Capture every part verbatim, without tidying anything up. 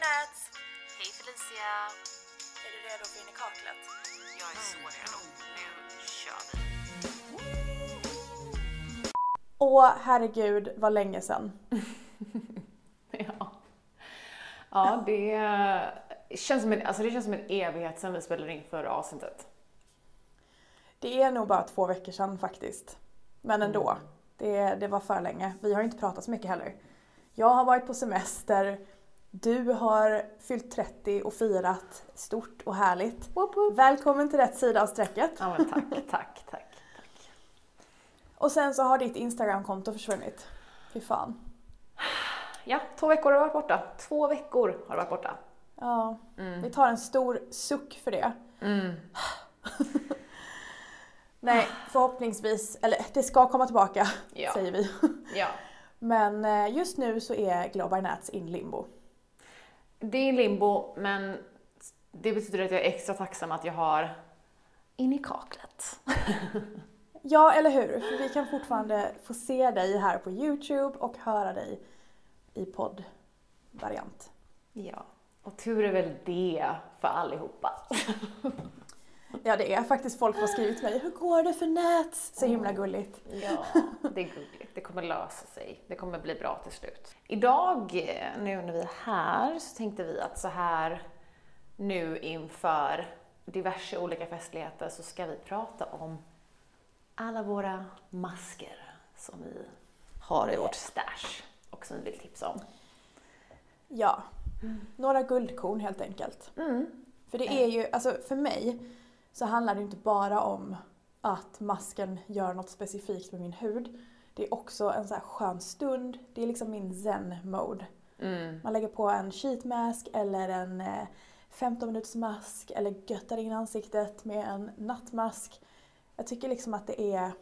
Nats! Hej Felicia! Är du redo för in i kaklet? Jag är så redo. Nu kör vi! Åh herregud, vad länge sedan. ja. ja, det känns, som en, alltså det känns som en evighet sedan vi spelade in förra avsnittet. Det är nog bara två veckor sedan faktiskt. Men ändå, Mm. det, det var för länge. Vi har inte pratat så mycket heller. Jag har varit på semester. Du har fyllt trettio och firat stort och härligt. Woop woop. Välkommen till rätt sida av strecket. Ja, men tack, tack, tack. Och sen så har ditt Instagram-konto försvunnit. Fy fan. Ja, två veckor har jag varit borta. Två veckor har jag varit borta. Ja, Mm. vi tar en stor suck för det. Mm. Nej, förhoppningsvis, eller det ska komma tillbaka, Ja. säger vi. Ja. Men eh, just nu så är Glow by Nats in limbo. Det är limbo, men det betyder att jag är extra tacksam att jag har in i kaklet. Ja, eller hur? För vi kan fortfarande få se dig här på YouTube och höra dig i poddvariant. Ja, och tur är väl det för allihopa. Ja, det är faktiskt folk som har skrivit till mig. Hur går det för Nats? Så himla gulligt. Ja, det är gulligt. Det kommer lösa sig. Det kommer bli bra till slut. Idag, nu när vi är här, så tänkte vi att så här nu inför diverse olika festligheter så ska vi prata om alla våra masker som vi har i vårt stash och som vi vill tipsa om. Ja, några guldkorn helt enkelt. Mm. För det är ju, alltså för mig så handlar det inte bara om att masken gör något specifikt med min hud. Det är också en så här skön stund. Det är liksom min zen-mode. Mm. Man lägger på en sheet mask eller en femton minuters mask eller göttar in ansiktet med en nattmask. Jag tycker liksom att det är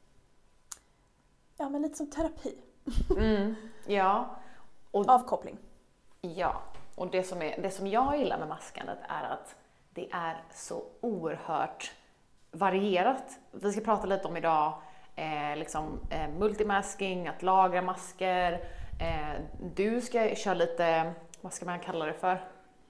ja, men lite som terapi. Mm. Ja. Och, Avkoppling. ja. Och det som, är, det som jag gillar med maskandet är att det är så oerhört varierat. Vi ska prata lite om idag eh, liksom, eh, multimasking, att lagra masker. Eh, du ska köra lite, vad ska man kalla det för?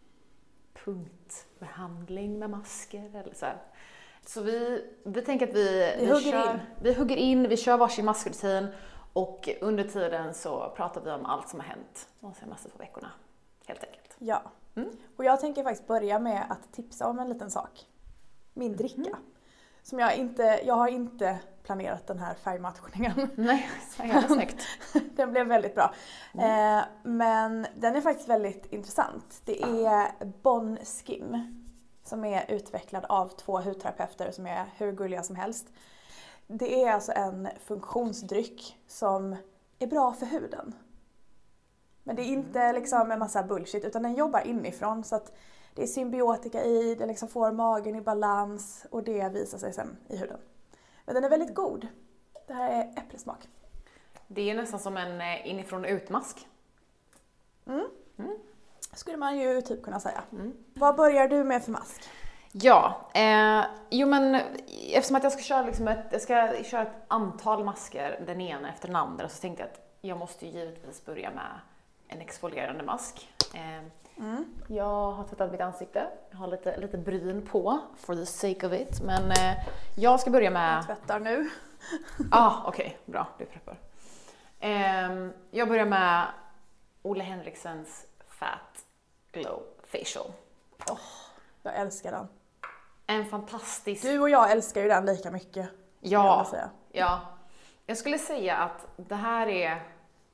Punktbehandling med masker eller så här. Så vi, vi tänker att vi, Vi vi, hugger kör, in. vi hugger in, vi kör varsin maskrutin och under tiden så pratar vi om allt som har hänt de senaste två veckorna. Helt enkelt. Ja. Mm. Och jag tänker faktiskt börja med att tipsa om en liten sak. Min dricka. Mm. Som jag inte, jag har inte planerat den här färgmatchningen. Nej, så jävla snyggt. Den blev väldigt bra. Mm. Eh, men den är faktiskt väldigt intressant. Det är Bon Skin. Som är utvecklad av två hudterapeuter som är hur gulliga som helst. Det är alltså en funktionsdryck som är bra för huden. Men det är inte liksom en massa bullshit utan den jobbar inifrån så att det är symbiotika i, det liksom får magen i balans och det visar sig sen i huden. Men den är väldigt god. Det här är äpplesmak. Det är nästan som en eh, inifrån och utmask. Mm. Mm. Skulle man ju typ kunna säga. Mm. Vad börjar du med för mask? Ja, eh, jo men eftersom att jag ska köra liksom ett, jag ska köra ett antal masker, den ena efter den andra, så tänkte jag att jag måste ju givetvis börja med en exfolierande mask. Eh, Mm. jag har tvättat mitt ansikte, jag har lite, lite bryn på, for the sake of it, men eh, jag ska börja Jag med... tvättar nu. ah, okej, okay, bra, du preppar. Eh, jag börjar med Ole Henriksens Fat Glow Facial. Oh, jag älskar den. En fantastisk... Du och jag älskar ju den lika mycket. Ja, jag vill säga. ja. Jag skulle säga att det här är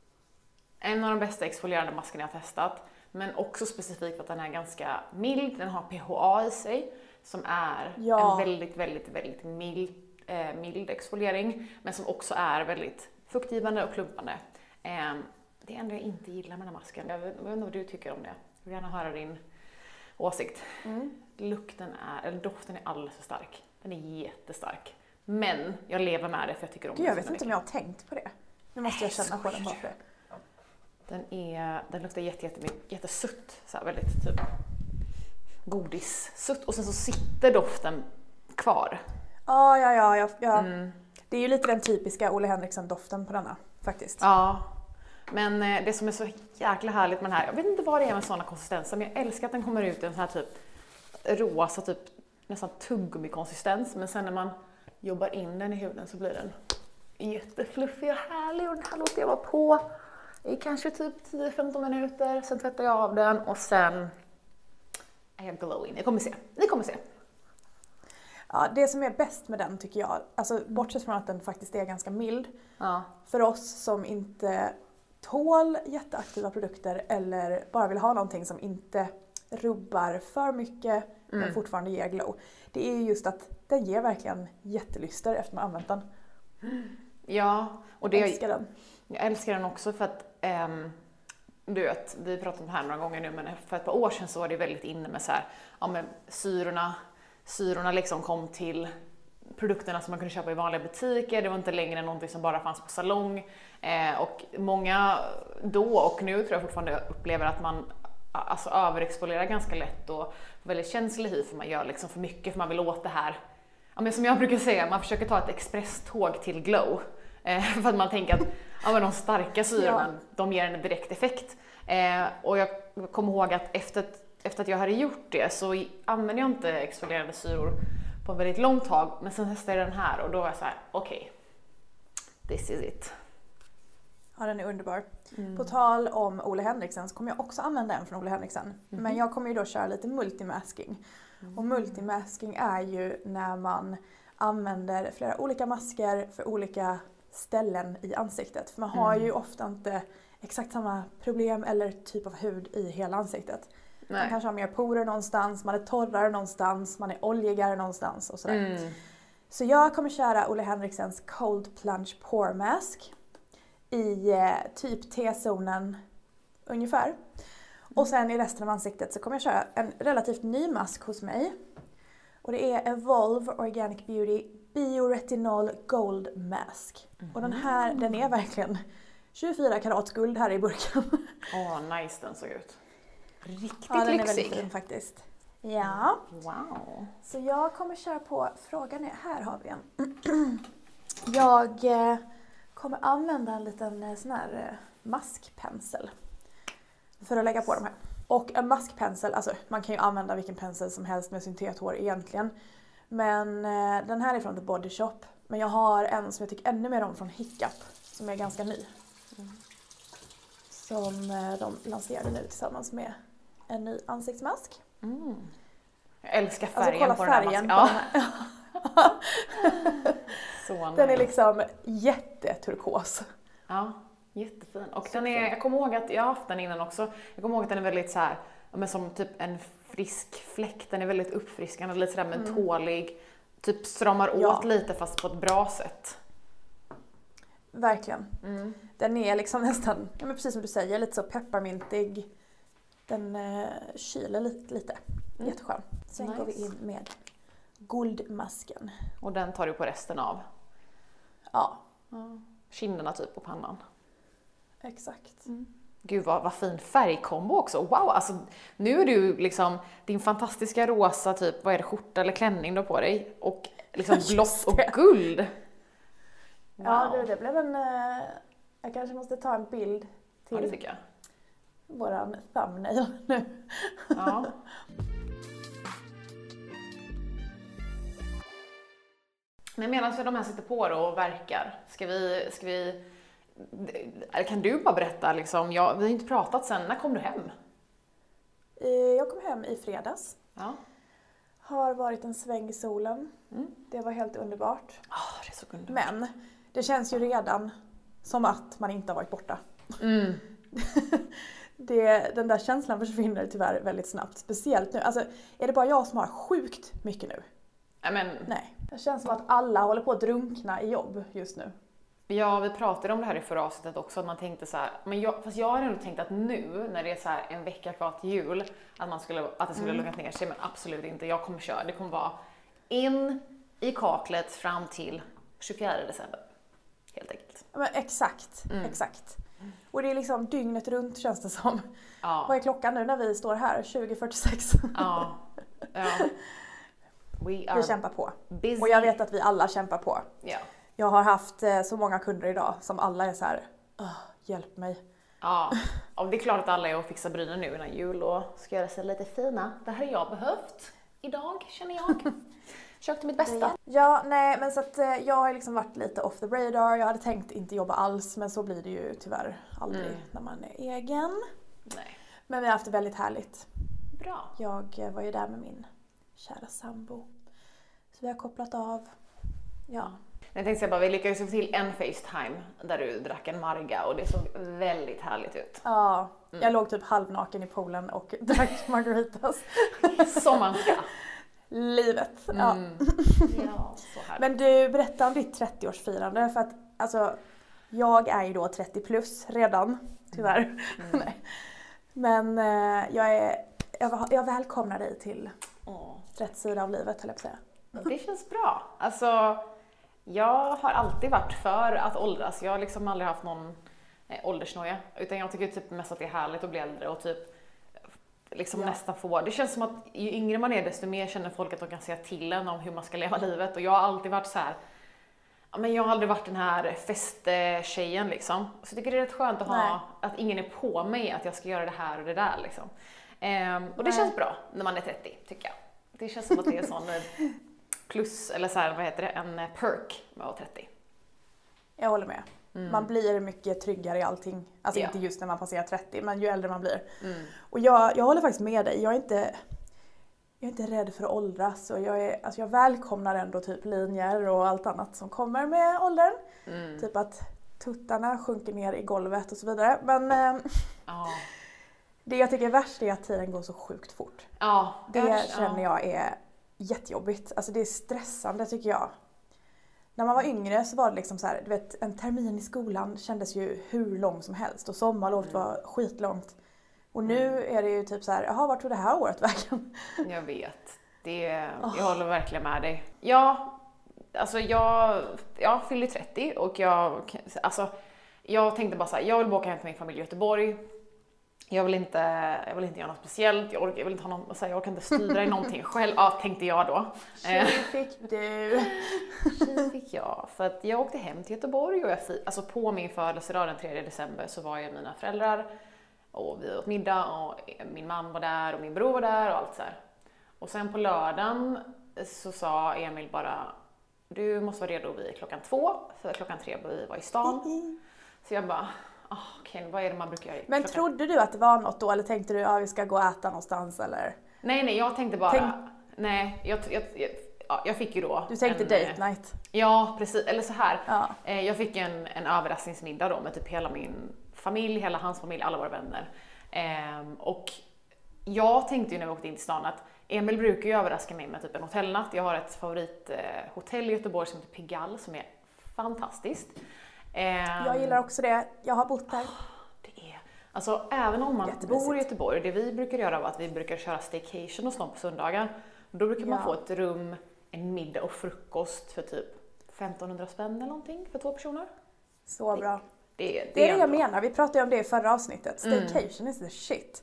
en av de bästa exfolierande maskerna jag har testat. Men också specifikt att den är ganska mild. Den har P H A i sig som är Ja. en väldigt, väldigt, väldigt mild, eh, mild exfoliering. Men som också är väldigt fuktgivande och klumpande. Eh, det enda jag inte gillar med den här masken, jag vet, jag vet inte vad du tycker om det. Jag vill gärna höra din åsikt. Mm. Lukten är, eller doften är alldeles för stark. Den är jättestark. Men jag lever med det för jag tycker om Gud, den jag så vet inte mycket. om jag har tänkt på det. Nu måste jag känna på den bara för det. Den, är, den luktar jätte, jättemycket, jättesutt. Så här väldigt typ godissutt. Och sen så sitter doften kvar. Ah, ja, ja, ja. ja. Mm. Det är ju lite den typiska Ole Henriksen-doften på denna faktiskt. Ja. Men eh, det som är så jäkla härligt med den här, jag vet inte vad det är med sådana konsistenser, men jag älskar att den kommer ut i en sån här typ rosa, typ nästan tuggummi-konsistens. Men sen när man jobbar in den i huden så blir den jättefluffig och härlig. Och den här låter jag vara på i kanske typ tio till femton minuter. Sen tvättar jag av den och sen är jag glowing. Ni kommer se. Ni kommer se. Ja, det som är bäst med den tycker jag, alltså bortsett från att den faktiskt är ganska mild, Ja. för oss som inte tål jätteaktiva produkter eller bara vill ha någonting som inte rubbar för mycket Mm. men fortfarande ger glow. Det är just att den ger verkligen jättelyster efter man använt den. Ja, och det Jag älskar den. Jag älskar den också för att, ehm, du vet, vi har pratat om det här några gånger nu, men för ett par år sedan så var det väldigt inne med så här, ja men syrorna, syrorna liksom kom till produkterna som man kunde köpa i vanliga butiker, det var inte längre någonting som bara fanns på salong. Eh, och många då och nu tror jag fortfarande upplever att man alltså överexponerar ganska lätt och väldigt känslig hy för man gör liksom för mycket för man vill åt det här. Ja, men som jag brukar säga, man försöker ta ett expresståg till glow. Eh, för att man tänker att ja, men de starka syrorna, ja. de ger en direkt effekt. Eh, och jag kommer ihåg att efter, efter att jag hade gjort det så använde jag inte exfolierande syror på en väldigt lång tag. Men sen testade jag den här och då var jag så här: okej, okay, this is it. Ja, den är underbar. Mm. På tal om Ole Henriksen så kommer jag också använda en från Ole Henriksen. Mm. Men jag kommer ju då köra lite multimasking. Mm. Och multimasking är ju när man använder flera olika masker för olika ställen i ansiktet. För man har mm. ju ofta inte exakt samma problem eller typ av hud i hela ansiktet. Nej. Man kanske har mer porer någonstans, man är torrare någonstans, man är oljigare någonstans och sådär. Mm. Så jag kommer köra Ole Henriksens Cold Plunge Pore Mask i eh, typ T-zonen ungefär. Mm. Och sen i resten av ansiktet så kommer jag köra en relativt ny mask hos mig. Och det är Evolve Organic Beauty Bioretinol Gold Mask. Mm. Och den här, den är verkligen tjugofyra karats guld här i burken. Åh, oh, nice den såg ut. Riktigt ja, den lyxig. är väldigt fin faktiskt. Ja. Wow. Så jag kommer köra på, frågan är, här har vi en. Jag eh, kommer använda en liten eh, sån här eh, maskpensel. För att lägga på de här. Och en maskpensel, alltså man kan ju använda vilken pensel som helst med syntethår egentligen. Men eh, den här är från The Body Shop. Men jag har en som jag tycker ännu mer om från Hiccup. Som är ganska ny. Mm. Som eh, de lanserade nu tillsammans med en ny ansiktsmask. Mm. Jag älskar färgen alltså, på färgen den här masken. Ja. Så nice. Den är liksom jätteturkos. Ja, jättefin. Och den är, jag kommer ihåg att jag har haft den innan också. Jag kommer ihåg att den är väldigt så här, men som typ en frisk fläkt. Den är väldigt uppfriskande, lite sådär men mm. tålig. Typ stramar ja. åt lite fast på ett bra sätt. Verkligen. Mm. Den är liksom nästan, ja men precis som du säger, lite så pepparmintig. Den eh, kyler lite. lite. Mm. Jätteskön. Sen nice. Går vi in med guldmasken. Och den tar du på resten av? Ja. ja. Kinderna typ på pannan. Exakt. Mm. Gud vad, vad fin färgkombo också. Wow, alltså nu är du liksom din fantastiska rosa typ, vad är det, skjorta eller klänning du har på dig? Och liksom blått och guld. Wow. Ja, du, det blev en... Uh, jag kanske måste ta en bild till ja, det tycker jag. Våran thumbnail nu. Ja. Men medan de här sitter på då och verkar, ska vi, ska vi, kan du bara berätta liksom, jag, vi har inte pratat sen, när kom du hem? Jag kom hem i fredags. Ja. Har varit en sväng i solen. Mm. Det var helt underbart. Oh, det är så underbart. Men det känns ju redan som att man inte har varit borta. Mm. det, den där känslan försvinner tyvärr väldigt snabbt. Speciellt nu. Alltså, är det bara jag som har sjukt mycket nu? Men... Nej. Det känns som att alla håller på att drunkna i jobb just nu. Ja, vi pratade om det här i förra avsnittet också. Att man tänkte så här, men jag, fast jag har ändå tänkt att nu när det är så här en vecka kvar till jul. Att, man skulle, att det skulle mm. lugnat ner sig. Men absolut inte. Jag kommer köra. Det kommer vara in i kaklet fram till tjugofjärde december. Helt enkelt. Men exakt, mm. exakt. Och det är liksom dygnet runt känns det som. Ja. Vad är klockan nu när vi står här? tjugo fyrtiosex. Ja. ja. We vi kämpar på. Busy. Och jag vet att vi alla kämpar på. Ja. Jag har haft så många kunder idag som alla är så här, hjälp mig. Ja, och det är klart att alla är och fixar brynen nu innan jul och ska göra sig lite fina. Det här har jag behövt idag, känner jag. Försökte mitt bästa. Ja, nej men så att eh, jag har liksom varit lite off the radar. Jag hade tänkt inte jobba alls, men så blir det ju tyvärr aldrig Mm. när man är egen. Nej. Men vi har haft det väldigt härligt. Bra. Jag eh, var ju där med min kära sambo. Så vi har kopplat av. Ja. Jag tänkte säga bara, vi lyckades få till en FaceTime där du drack en marga och det såg väldigt härligt ut. Ja, Mm. jag låg typ halvnaken i poolen och drack margaritas. Som man ska. Livet. Ja. Mm. Ja, så härligt. Men du, berätta om ditt trettioårsfirande för att alltså, jag är ju då trettio plus redan, tyvärr. Mm. Nej. Men eh, jag, är, jag, jag välkomnar dig till Åh. rätt sida av livet, höll jag på att säga. Det känns bra. Alltså, jag har alltid varit för att åldras. Jag har liksom aldrig haft någon eh, åldersnoja. Utan jag tycker typ mest att det är härligt att bli äldre och typ liksom Ja. nästan få. Det känns som att ju yngre man är desto mer känner folk att de kan säga till en om hur man ska leva livet. Och jag har alltid varit så här. Ja, men jag har aldrig varit den här festtjejen liksom. Så jag tycker det är rätt skönt att Nej. ha, att ingen är på mig att jag ska göra det här och det där liksom. Ehm, och det Nej. känns bra när man är trettio, tycker jag. Det känns som att det är en sån eh, plus, eller så här, vad heter det, en eh, perk med att vara trettio. Jag håller med. Mm. Man blir mycket tryggare i allting. Alltså Ja. inte just när man passerar trettio, men ju äldre man blir. Mm. Och jag, jag håller faktiskt med dig. Jag är inte, jag är inte rädd för att åldras. Och jag, är, alltså jag välkomnar ändå typ linjer och allt annat som kommer med åldern. Mm. Typ att tuttarna sjunker ner i golvet och så vidare. Men eh, Ja. det jag tycker är värst är att tiden går så sjukt fort. Ja. Det jag- känner ja. jag är jättejobbigt. Alltså det är stressande tycker jag. När man var yngre så var det liksom så här, du vet, en termin i skolan kändes ju hur lång som helst och sommarlovet Mm. var skitlångt. Och nu är det ju typ så här, jaha, vart tog det här året vägen? Jag vet. Det, Oh. jag håller verkligen med dig. Ja, alltså jag, jag fyller trettio och jag, alltså, jag tänkte bara så här, jag vill bara åka hem till min familj i Göteborg. Jag vill inte, jag vill inte göra något speciellt, jag, orkar, jag vill inte ha någon, så här, jag orkar inte styra i någonting själv, ja, tänkte jag då. Tjej fick du. Tjej fick jag, för att jag åkte hem till Göteborg och jag, fi- alltså på min födelsedag den tredje december så var jag mina föräldrar och vi åt middag och min man var där och min bror var där och allt så här. Och sen på lördagen så sa Emil bara, du måste vara redo vid klockan två, för klockan tre bör vi vara i stan. Så jag bara, ah, okej, okay, vad är det man brukar göra? Men klockan... trodde du att det var något då eller tänkte du att ah, vi ska gå och äta någonstans eller? Nej, nej, jag tänkte bara, Tänk- nej, jag, jag, jag, ja, jag fick ju då Du tänkte en, date night? Ja, precis. Eller så här. Ja. Eh, Jag fick en, en överraskningsmiddag då med typ hela min familj, hela hans familj, alla våra vänner. Ehm, och jag tänkte ju när vi åkte in till stan att Emil brukar ju överraska mig med typ en hotellnatt. Jag har ett favorithotell i Göteborg som heter Pigalle som är fantastiskt. Ehm, Jag gillar också det. Jag har bott där. det är, alltså även om man Jättemysigt. bor i Göteborg, det vi brukar göra var att vi brukar köra staycation hos någon på söndagar. Då brukar man Ja. få ett rum, en middag och frukost för typ femtonhundra spänn eller någonting för två personer. Så bra. Det, det, Det är det jag ändå menar. Vi pratade ju om det i förra avsnittet. Mm. Staycation is the shit.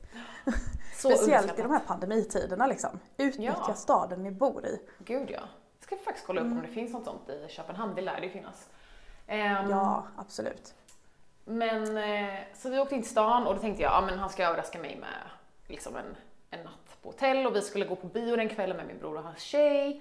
så Speciellt i underskattat. de här pandemitiderna liksom. Utnyttja Ja. staden ni bor i. Gud ja. Ska vi faktiskt kolla upp om det finns något sånt i Köpenhamn, det lär det ju finnas. Ehm, Ja, absolut. Men, eh, så vi åkte in till stan och då tänkte jag, ja men han ska överraska mig med liksom en, en natt på hotell och vi skulle gå på bio den kvällen med min bror och hans tjej.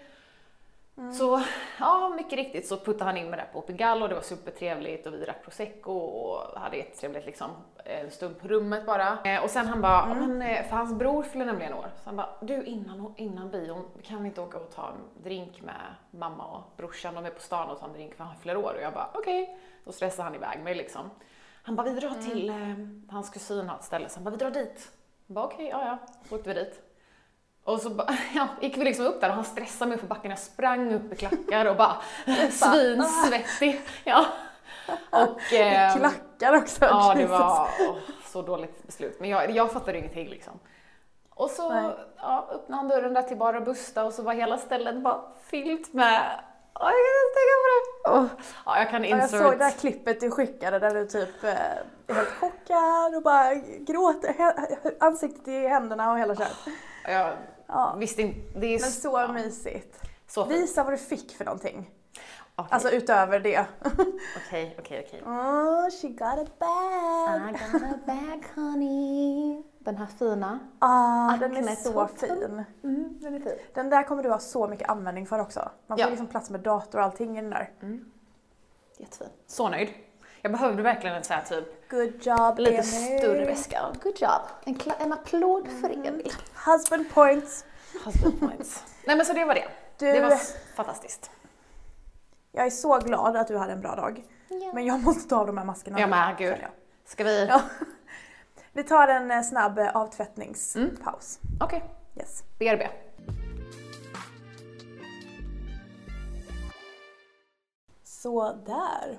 Så ja, mycket riktigt så puttade han in mig där på Pigalle och det var supertrevligt och vi drack prosecco och hade jättetrevligt liksom en stund på rummet bara. Eh, och sen han bara, ja, men, eh, för hans bror fyller nämligen år, så han bara, du innan, innan bion kan vi inte åka och ta en drink med mamma och brorsan, de är på stan och ta en drink för han fyller år och jag bara, okej. Okay. Då stressade han iväg mig liksom. Han bara, vi drar till, eh, hans kusin har ett ställe, så han bara, vi drar dit. Jag bara, okej, okay, ja ja, så åkte vi dit. Och så bara, ja, gick vi liksom upp där och han stressade mig för backen. Jag sprang upp i klackar och bara svinsvettig. Ja. Och, eh, Klackar också. ja, det Jesus. var åh, så dåligt beslut. Men jag, jag fattade ingenting liksom. Och så Nej. ja, öppnade han dörren där till Bar och Busta och så var hela stället bara fyllt med, åh, jag kan inte tänka på det. Åh, ja, jag kan Ja, jag insert. såg det här klippet du skickade där du typ eh, är helt chockad och bara gråter, he- ansiktet i händerna och hela köret. Jag Ja. visste inte, det är Men så ja, mysigt. så fint. Visa vad du fick för någonting. Okay. Alltså utöver det. Okej, okej, okej. Oh, she got a bag. I got a bag honey. Den här fina. Ah, den är Acne så Total. fin. Mm, den är fin. Den där kommer du ha så mycket användning för också. Man får Ja. liksom plats med dator och allting i den där. Mm. Jättefin. Så nöjd. Jag behövde verkligen en så här typ Good job, lite Emil. större väska. Good job. En, kla- en applåd för Emil. Husband points. Husband points. Nej men så det var det. Du, Det var s- fantastiskt. jag är så glad att du hade en bra dag. Ja. Men jag måste ta av de här maskerna. Ja nu, men gud. känner jag. Ska vi? Ja. Vi tar en eh, snabb eh, avtvättningspaus. Okej. Yes. B R B. Så där.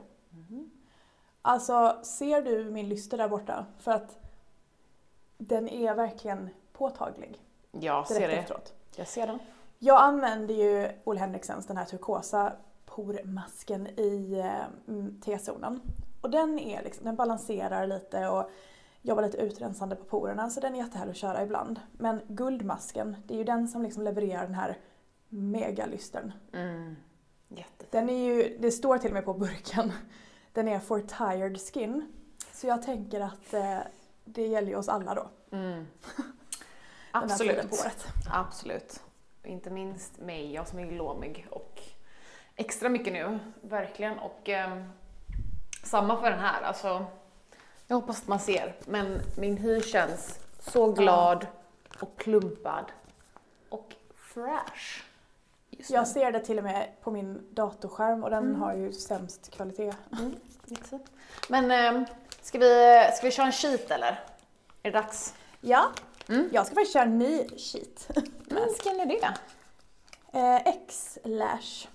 Alltså, ser du min lyster där borta? För att den är verkligen påtaglig Jag ser direkt det. efteråt. Jag ser den. Jag använder ju Ole Henriksens, den här turkosa pormasken i eh, T-zonen. Och den, är liksom, den balanserar lite och jobbar lite utrensande på porerna, så den är jättehärlig att köra ibland. Men guldmasken, det är ju den som liksom levererar den här megalystern. Mm. Jättefin. Den är ju, det står till och med på burken, den är for tired skin. Så jag tänker att eh, det gäller ju oss alla då. Mm. Den här tiden Absolut. på året. Absolut. Inte minst mig, jag som är glåmig och extra mycket nu, verkligen. Och ehm, samma för den här, alltså jag hoppas att man ser, men min hy känns så glad och plumpad och fresh. Just Jag nu. ser det till och med på min datorskärm och den har ju sämst kvalitet. Mm, exakt. Men ehm, ska, vi, ska vi köra en sheet eller? Är det dags? Ja, Mm. jag ska faktiskt köra en ny sheet. Vilken är det? eh, X-Lash.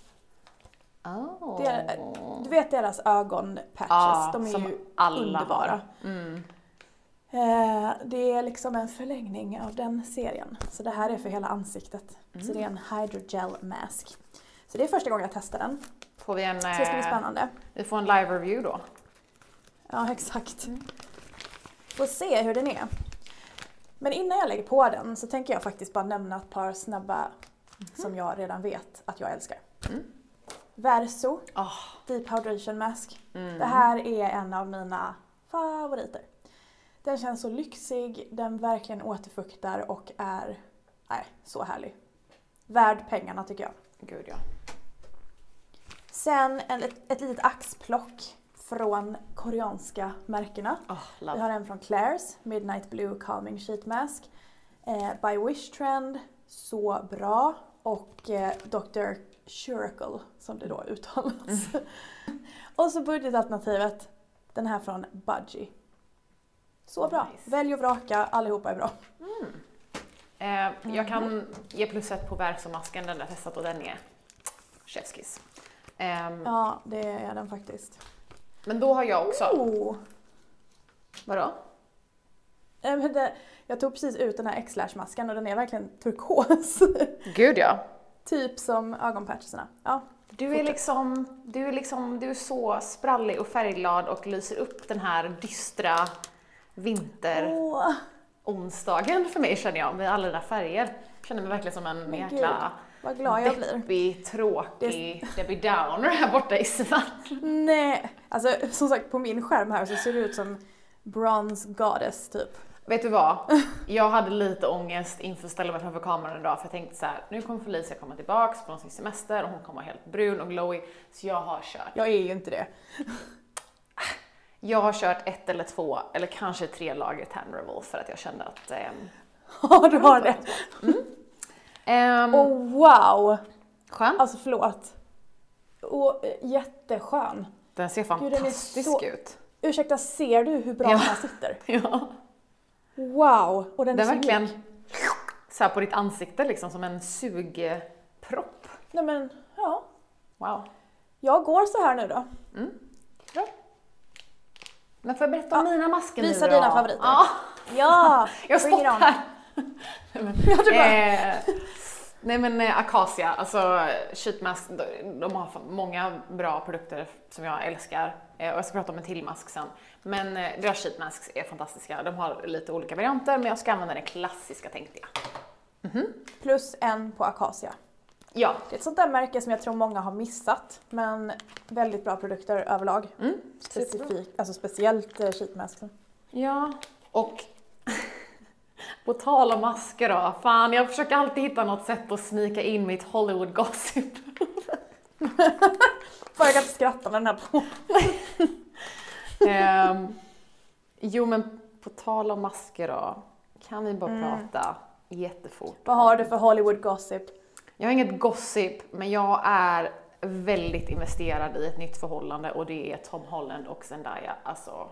Oh. Det är, du vet deras ögonpatches, Ja, de är som ju alla underbara. har. Mm. Eh, det är liksom en förlängning av den serien. Så det här är för hela ansiktet. Mm. Så det är en hydrogel mask. Så det är första gången jag testar den. Får vi en, Så det ska bli eh, spännande. vi får en live review då. Ja, exakt. Får se hur den är. Men innan jag lägger på den så tänker jag faktiskt bara nämna ett par snabba som jag redan vet att jag älskar. Mm. Verso Oh. Deep Hydration Mask. Mm. Det här är en av mina favoriter. Den känns så lyxig, den verkligen återfuktar och är nej, så härlig. Värd pengarna tycker jag. Gud ja. Sen en, ett, ett litet axplock från koreanska märkena. Oh, Vi love. har en från Claire's, Midnight Blue Calming Sheet Mask. Eh, by Wish Trend, så bra. Och eh, doktor Shuracle, som det då uttalas. Mm. Och så budgetalternativet, den här från Budgie. Så bra. Nice. Välj och vraka, allihopa är bra. Eh, jag kan ge plus ett på Verso-masken, den där testat och den är chefskiss. Ehm, Ja, det är den faktiskt. Men då har jag också... Oh. Vadå? Eh, men det, jag tog precis ut den här X-Lash-masken och den är verkligen turkos. Gud ja. Typ som ögonpatcherna. Ja. Du är Fortsätt. liksom, du är liksom, du är så sprallig och färgglad och lyser upp den här dystra vinter Åh. onsdagen för mig, känner jag, med alla dina färger. Jag känner mig verkligen som en Men jäkla Vad glad jag blir. deppig, tråkig Debbie Downer här borta i svart. Nej, alltså som sagt på min skärm här så ser det ut som Bronze Goddess typ. Vet du vad? Jag hade lite ångest inför att ställa mig framför kameran idag, för jag tänkte så här: nu kommer Felicia komma tillbaks från sin semester och hon kommer helt brun och glowy, så jag har kört. Jag är ju inte det. Jag har kört ett eller två, eller kanske tre lager Tan Revel för att jag kände att... ehm, Ja, du har det. ehm, Och wow! skön. Alltså förlåt. Och eh, jätteskön. Den ser Gud, den är fantastisk så- ut. Ursäkta, ser du hur bra Ja. den här sitter? Ja. Wow! Och den, Den är är så verkligen mjuk. så här på ditt ansikte, liksom som en sugpropp. Nej men, ja. Wow. Jag går så här nu då. Bra. Men får jag berätta om Ja, mina masker nu visa då? dina favoriter. Ja, Ja! jag bring it on. spottar. Nej, men, Ja, det bara- eh, nej men eh, Acacia, alltså sheetmask, de, de har fan många bra produkter som jag älskar. Eh, och jag ska prata om en till mask sen. Men eh, deras sheetmasks är fantastiska. De har lite olika varianter, men jag ska använda den klassiska, tänkte jag. Plus en på Acacia. Ja. Det är ett sånt där märke som jag tror många har missat, men väldigt bra produkter överlag. Mm. Specifikt, alltså speciellt eh, sheetmasken. Ja, och på tal om masker då. Fan, jag försöker alltid hitta något sätt att snika in mitt Hollywood gossip. Bara jag kan inte skratta med den här på. um, jo, men på tal om masker då. Kan vi bara mm. prata jättefort. Vad har du för Hollywood gossip? Jag har inget gossip, men jag är väldigt investerad i ett nytt förhållande och det är Tom Holland och Zendaya. Alltså...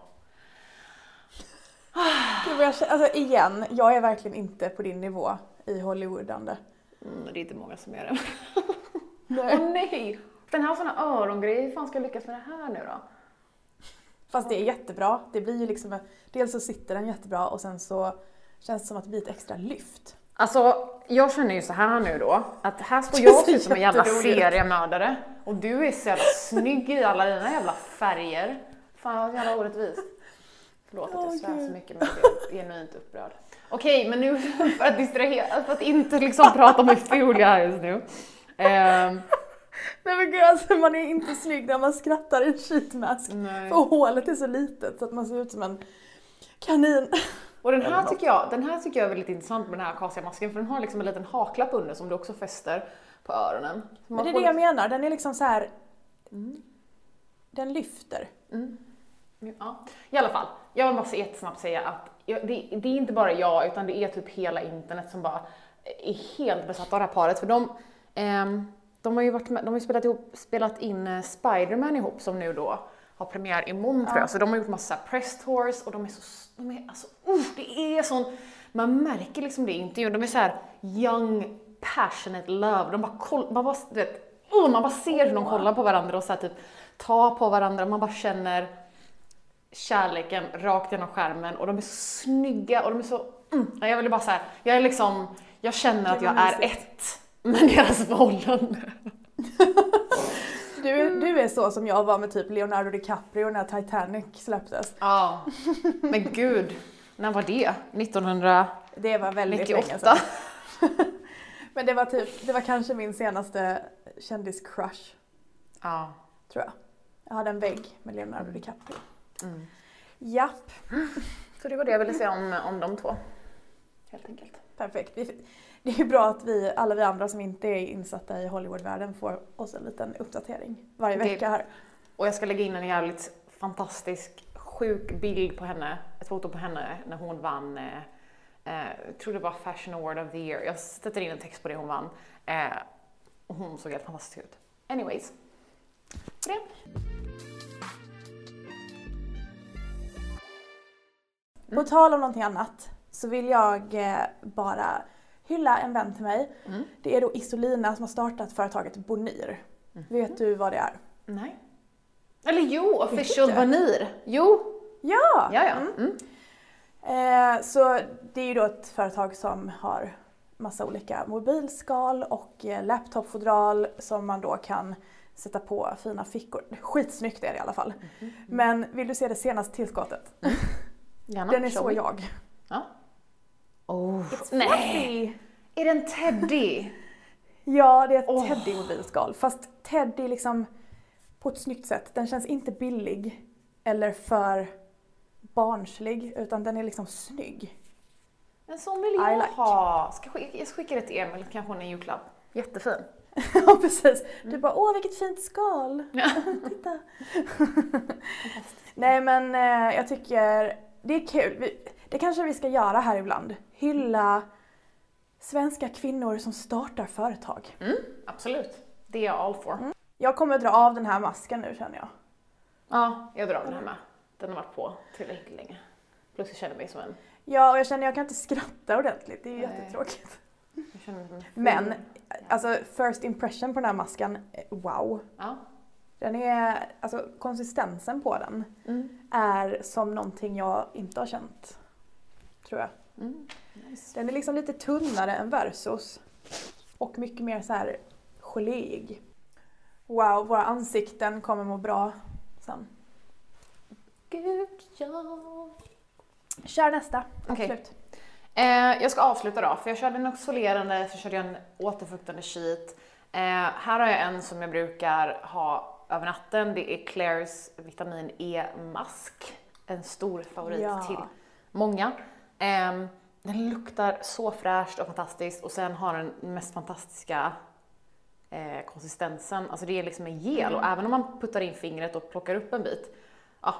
Gud, jag, alltså igen, jag är verkligen inte på din nivå i Hollywoodande. Mm, det är inte många som är det. Nej. Åh nej! Den här såna örongrej, hur fan ska jag lyckas med det här nu då? Fast det är jättebra. Det blir ju liksom, dels så sitter den jättebra och sen så känns det som att det blir ett extra lyft. Alltså, jag känner ju så här nu då, att här står jag och som en jävla seriemördare och du är så jävla snygg i alla dina jävla färger. Fan, vad jävla orättvist. Förlåt att jag svär så mycket, men jag är genuint upprörd. Okej, men nu för att distrahera, för att inte liksom prata om hur ful jag är just nu. Um, Nej men gud, alltså man är inte snygg när man skrattar i en sheetmask. Nej. För hålet är så litet så att man ser ut som en kanin. Och den här tycker jag, den här tycker jag är väldigt intressant med den här akaciamasken, för den har liksom en liten haklapp under som du också fäster på öronen. Men det är det jag menar, den är liksom så här. Mm. Den lyfter. Mm. Ja. I alla fall, jag vill bara jättesnabbt säga att jag, det, det är inte bara jag utan det är typ hela internet som bara är helt besatt av det här paret. För de, eh, de har ju, varit med, de har ju spelat, ihop, spelat in Spider-Man ihop som nu då har premiär imorgon ja. tror jag. Så de har gjort massa press tours och de är så, de är, alltså, uh, det är sån, man märker liksom det i intervjun. De är så här young, passionate love. De bara, koll, man bara, vet, uh, man bara ser hur de kollar på varandra och så här, typ tar på varandra. Man bara känner kärleken rakt genom skärmen och de är så snygga och de är så, mm, jag vill bara säga, jag är liksom, jag känner att jag är ett med deras förhållande. Du, du är så som jag var med typ Leonardo DiCaprio när Titanic släpptes. Ja, men gud, när var det? nittonhundranittioåtta? Det var väldigt länge sedan. Men det var typ, det var kanske min senaste kändis-crush. Ja. Tror jag. Jag hade en vägg med Leonardo DiCaprio. Mm. Japp. Så det var det jag ville säga om, om de två. Helt enkelt. Perfekt. Det är ju bra att vi, alla vi andra som inte är insatta i Hollywoodvärlden får oss en liten uppdatering varje det, vecka här. Och jag ska lägga in en jävligt fantastisk, sjuk bild på henne. Ett foto på henne när hon vann, eh, jag tror det var Fashion Award of the Year. Jag sätter in en text på det hon vann. Eh, och hon såg helt fantastisk ut. Anyways. Det. På tal om någonting annat så vill jag eh, bara hylla en vän till mig. Mm. Det är då Isolina som har startat företaget Bonir. Mm. Vet du vad det är? Nej. Eller jo, Official Bonir. Jo. Ja! Ja, ja. Mm. Mm. Eh, så det är ju då ett företag som har massa olika mobilskal och eh, laptopfodral som man då kan sätta på fina fickor. Skitsnyggt är det i alla fall. Mm. Men vill du se det senaste tillskottet? Mm. Gärna, den är så jag. Ja. Oh. Nej! Är det en Teddy? Ja, det är ett oh. Teddy-mobilskal. Fast Teddy liksom på ett snyggt sätt. Den känns inte billig eller för barnslig, utan den är liksom snygg. En sån vill jag like. ha. Ska skicka, jag skickar det till Emil, kanske hon är en julklapp. Jättefin. Ja, precis. Du bara, åh vilket fint skal. Ja. Titta. Nej, men eh, jag tycker det är kul. Vi, det kanske vi ska göra här ibland. Hylla svenska kvinnor som startar företag. Mm, absolut. Det är jag all for. Mm. Jag kommer dra av den här masken nu, känner jag. Ja, jag drar den här med. Den har varit på tillräckligt länge. Plus jag känner mig som en... Ja, och jag känner att jag kan inte skratta ordentligt. Det är ju Nej. jättetråkigt. Jag känner mig som en... Men, alltså first impression på den här masken, wow. Ja. Den är, alltså konsistensen på den mm. är som någonting jag inte har känt, tror jag. Mm. Nice. Den är liksom lite tunnare än Versus och mycket mer så här geléig. Wow, våra ansikten kommer må bra sen. Gud, ja. Kör nästa, Okej. absolut. Eh, jag ska avsluta då, för jag körde en oxolerande, så körde jag en återfuktande sheet. Eh, här har jag en som jag brukar ha över natten. Det är Claire's vitamin E-mask. En stor favorit Ja. till många. Eh, den luktar så fräscht och fantastiskt och sen har den mest fantastiska eh, konsistensen. Alltså det är liksom en gel och även om man puttar in fingret och plockar upp en bit, ja,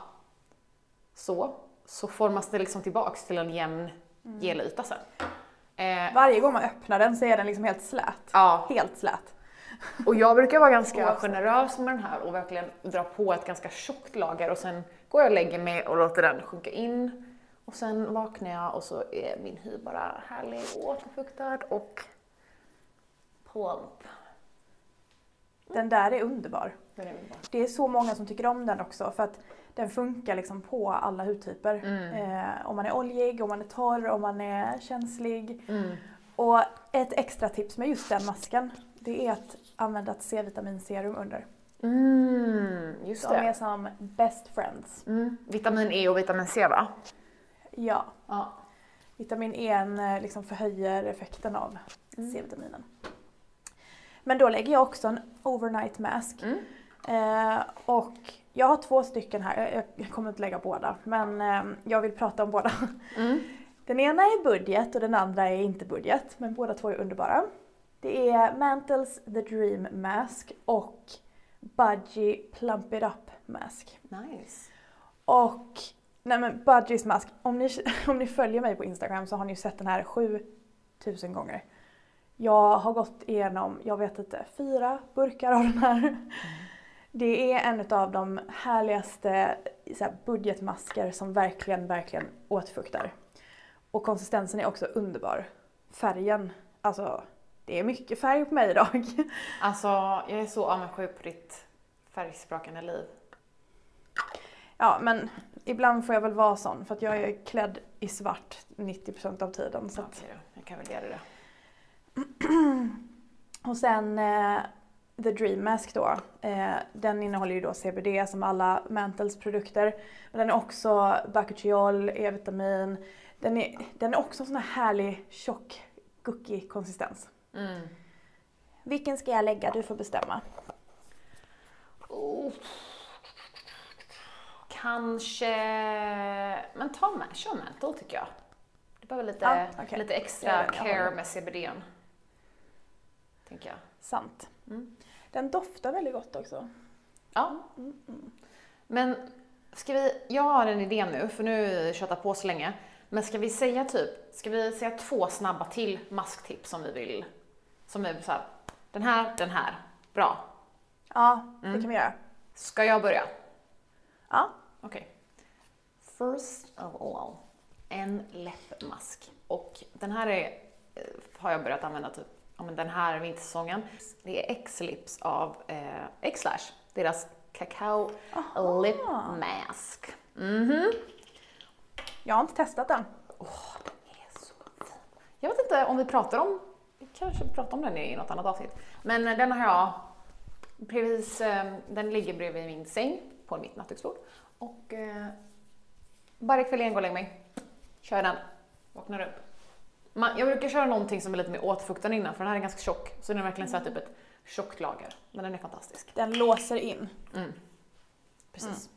så, så formas det liksom tillbaks till en jämn mm. gelyta sen. Eh, Varje gång man öppnar den så är den liksom helt slät. ja. Helt slät. Och jag brukar vara ganska generös med den här och verkligen dra på ett ganska tjockt lager och sen går jag och lägger mig och låter den sjunka in. Och sen vaknar jag och så är min hy bara härlig och återfuktad och plump. Den där är underbar. Den är underbar. Det är så många som tycker om den också för att den funkar liksom på alla hudtyper. Mm. Eh, om man är oljig, om man är torr, om man är känslig. Mm. Och ett extra tips med just den masken, det är att använda ett C-vitaminserum under. Mm, just De det. är som best friends. Mm. Vitamin E och vitamin C, va? Ja, Ja. vitamin E liksom förhöjer effekten av Mm. C-vitaminen. Men då lägger jag också en overnight mask. Mm. Eh, och jag har två stycken här, jag, jag kommer inte lägga båda, men eh, jag vill prata om båda. Mm. Den ena är budget och den andra är inte budget, men båda två är underbara. Det är Mantles The Dream Mask och Budgie Plump It Up Mask. Nice. Och nej men Budgies mask, om ni, om ni följer mig på Instagram så har ni sett den här sjutusen gånger. Jag har gått igenom, jag vet inte, fyra burkar av den här. Mm. Det är en av de härligaste så här, budgetmasker som verkligen, verkligen återfuktar. Och konsistensen är också underbar. Färgen, alltså det är mycket färg på mig idag. Alltså, jag är så avundsjuk på ditt färgsprakande liv. Ja, men ibland får jag väl vara sån för att jag är klädd i svart nittio procent av tiden. Så att... Okej då, jag kan väl göra det. Och sen eh, The Dream Mask då, eh, den innehåller ju då C B D som alla Mantles produkter. Men den är också bakuchiol, E-vitamin. Den är, den är också en sån här härlig, tjock, guckig konsistens. Mm. Vilken ska jag lägga? Du får bestämma. Oh. Kanske... Men ta med, kör Mantle tycker jag. Det behöver lite, Ja, okay. lite extra Ja, jag care håller. med C B D:n. Tänker jag. Sant. Mm. Den doftar väldigt gott också. Ja. Mm, mm. Men ska vi... Jag har en idé nu, för nu tjatar på så länge. Men ska vi säga typ... Ska vi säga två snabba till masktips som vi vill... Som är så här... Den här, den här. Bra. Ja, det Mm. kan vi göra. Ska jag börja? Ja. Okej. Okay. First of all, en läppmask. Och den här är, eh, har jag börjat använda typ, ja men den här vintersäsongen. Det är X-Lips av eh, X-Lash. Deras Cacao Aha. Lip Mask. Mhm. Jag har inte testat den. Åh, den är så fin. Jag vet inte om vi pratar om, vi kanske pratar om den i något annat avsnitt. Men eh, den har jag, precis, eh, den ligger bredvid min säng på mitt nattduksbord. Och eh, varje kväll jag går och lägger mig, kör den, vaknar upp. Man, jag brukar köra någonting som är lite mer återfuktande innan, för den här är ganska tjock. Så den är verkligen så här typ ett tjockt lager. Men den är fantastisk. Den låser in. Mm. Precis.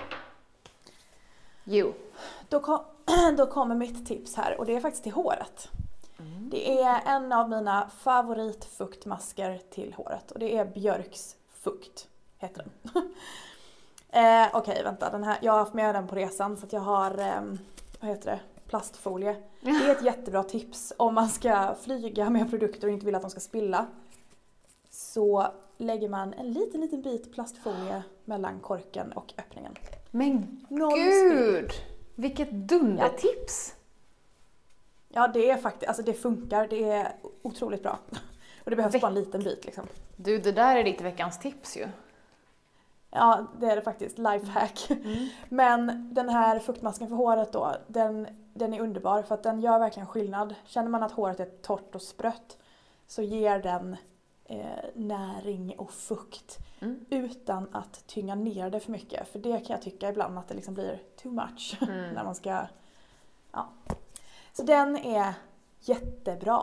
Jo. Då, kom, då kommer mitt tips här och det är faktiskt till håret. Mm. Det är en av mina favoritfuktmasker till håret och det är Björks fukt, heter den. eh, Okej, okay, vänta, den här, jag har haft med den på resan så att jag har, eh, vad heter det, plastfolie. Det är ett jättebra tips om man ska flyga med produkter och inte vill att de ska spilla. Så lägger man en liten, liten bit plastfolie mellan korken och öppningen. Men Noll gud! Vilket dundertips! Ja, det är faktiskt, alltså det funkar, det är otroligt bra. Och det behövs Veck- bara en liten bit liksom. Du, det där är ditt veckans tips ju. Ja, det är det faktiskt, lifehack. Mm. Men den här fuktmasken för håret då, den, den är underbar för att den gör verkligen skillnad. Känner man att håret är torrt och sprött så ger den eh, näring och fukt Mm. utan att tynga ner det för mycket. För det kan jag tycka ibland att det liksom blir too much Mm. när man ska, ja. Så den är jättebra.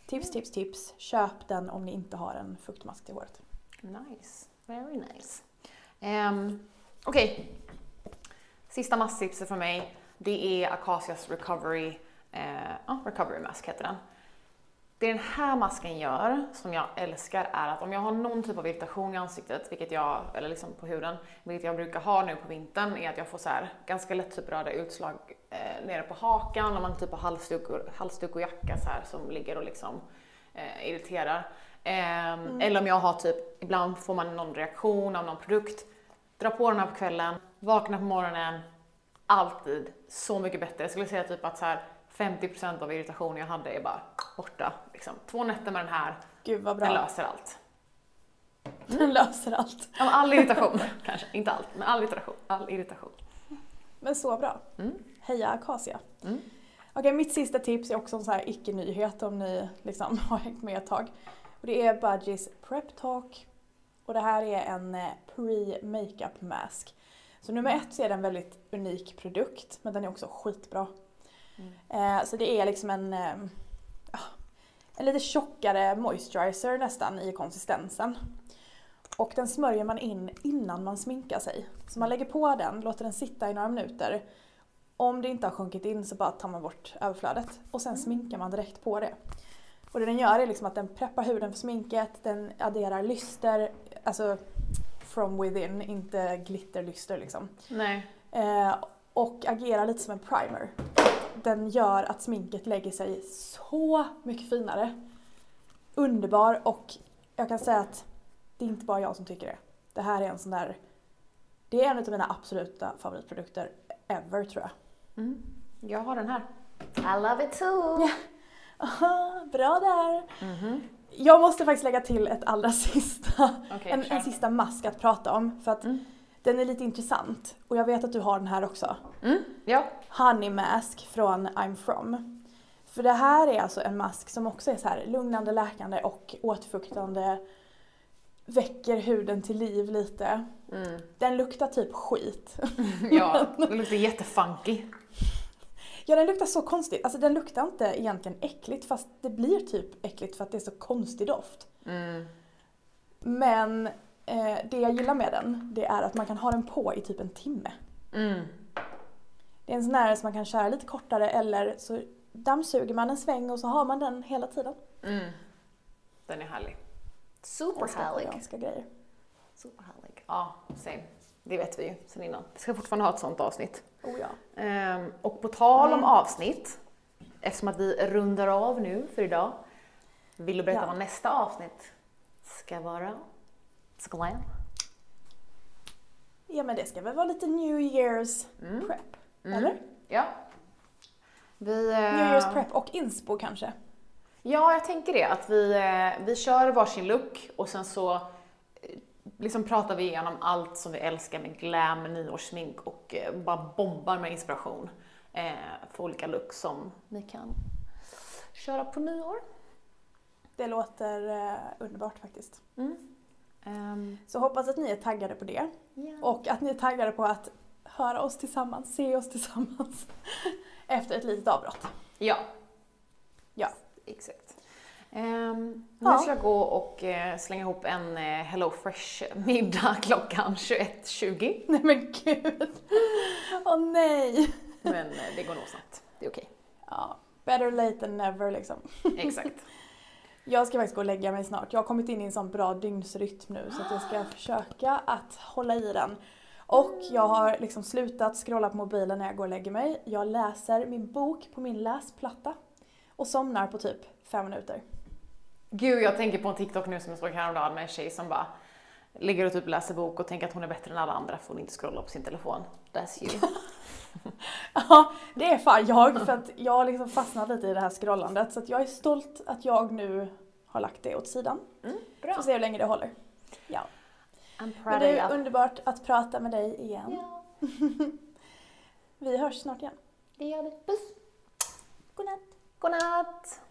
Tips, tips, tips. Köp den om ni inte har en fuktmask till håret. Nice, very nice. Um, Okej, okay. Sista masktipset från mig. Det är Acacias Recovery, eh, oh, Recovery Mask heter den. Det den här masken gör, som jag älskar, är att om jag har någon typ av irritation i ansiktet, vilket jag, eller liksom på huden, vilket jag brukar ha nu på vintern, är att jag får så här ganska lätt typ röda utslag eh, nere på hakan, om man typ har halsduk och, halsduk och jacka så här som ligger och liksom eh, irriterar. Eh, mm. Eller om jag har typ, ibland får man någon reaktion av någon produkt, dra på den här på kvällen, vakna på morgonen, alltid så mycket bättre. Jag skulle säga typ att så här femtio procent av irritationen jag hade är bara borta. Liksom. Två nätter med den här, Gud vad bra. Den löser allt. Mm. Den löser allt. Ja, all irritation, kanske. Inte allt, men all irritation. All irritation. Men så bra. Mm. Heja Acacia. Mm. Okej, mitt sista tips är också en så här icke-nyhet om ni liksom har hängt med ett tag. Och det är Budgies Prep Talk. Och det här är en pre-makeup mask. Så nummer ett så är det en väldigt unik produkt, men den är också skitbra. Mm. Eh, så det är liksom en, eh, en lite tjockare moisturizer nästan i konsistensen. Och den smörjer man in innan man sminkar sig. Så man lägger på den, låter den sitta i några minuter. Om det inte har sjunkit in så bara tar man bort överflödet. Och sen mm. sminkar man direkt på det. Och det den gör är liksom att den preppar huden för sminket, den adderar lyster, alltså from within, inte glitterlyster liksom. Nej. Eh, och agerar lite som en primer. Den gör att sminket lägger sig så mycket finare. Underbar, och jag kan säga att det är inte bara jag som tycker det. Det här är en sån där, det är en av mina absoluta favoritprodukter ever tror jag. Mm. Jag har den här. I love it too! Ja. Aha, bra där! Mm-hmm. Jag måste faktiskt lägga till ett allra sista, Okay, en, en sista mask att prata om. För att mm. den är lite intressant. Och jag vet att du har den här också. Mm. Ja. Honey Mask från I'm From. För det här är alltså en mask som också är så här lugnande, läkande och återfuktande. Väcker huden till liv lite. Mm. Den luktar typ skit. Ja, den luktar jättefunky. Ja, den luktar så konstigt. Alltså den luktar inte egentligen äckligt, fast det blir typ äckligt för att det är så konstig doft. Mm. Men eh, det jag gillar med den, det är att man kan ha den på i typ en timme. Mm. Det är en sån här som man kan köra lite kortare, eller så dammsuger man en sväng och så har man den hela tiden. Mm. Den är härlig. Superhärlig. Ganska grejer. Superhärlig. Ja, same. Det vet vi ju sen innan. Vi ska fortfarande ha ett sånt avsnitt. Oh ja. Um, och på tal om mm. avsnitt, eftersom att vi rundar av nu för idag, vill du berätta ja. vad nästa avsnitt ska vara? Ska Ja, men det ska väl vara lite New Year's mm. prep, mm. eller? Ja. Vi, uh... New Year's prep och inspo kanske? Ja, jag tänker det. Att vi, uh, vi kör varsin look och sen så liksom pratar vi igenom allt som vi älskar med glam, nyårssmink och eh, bara bombar med inspiration eh, för olika looks som ni kan köra på nyår. Det låter eh, underbart faktiskt. Mm. Um. Så hoppas att ni är taggade på det. Yeah. Och att ni är taggade på att höra oss tillsammans, se oss tillsammans efter ett litet avbrott. Ja. Ja. Exakt. Um, ja. Nu ska jag gå och uh, slänga ihop en uh, Hello Fresh middag klockan tjugoett tjugo. Nej men gud. Åh oh, nej. Men uh, det går nog snabbt. Det är okej. Okay. Ja, better late than never liksom. Exakt. Jag ska faktiskt gå och lägga mig snart. Jag har kommit in i en sån bra dygnsrytm nu så att jag ska försöka att hålla i den. Och jag har liksom slutat scrolla på mobilen när jag går och lägger mig. Jag läser min bok på min läsplatta och somnar på typ fem minuter. Gud, jag tänker på en TikTok nu som jag såg häromdagen med en tjej som bara ligger och typ läser bok och tänker att hon är bättre än alla andra för hon inte scrollar på sin telefon. That's you. Ja, det är fan jag, för att jag har liksom fastnat lite i det här scrollandet så att jag är stolt att jag nu har lagt det åt sidan. Mm, bra. Får se hur länge det håller. Ja. I'm proud Men det är of you. underbart att prata med dig igen. Ja. Vi hörs snart igen. Det gör vi. Puss. Godnatt. Godnatt.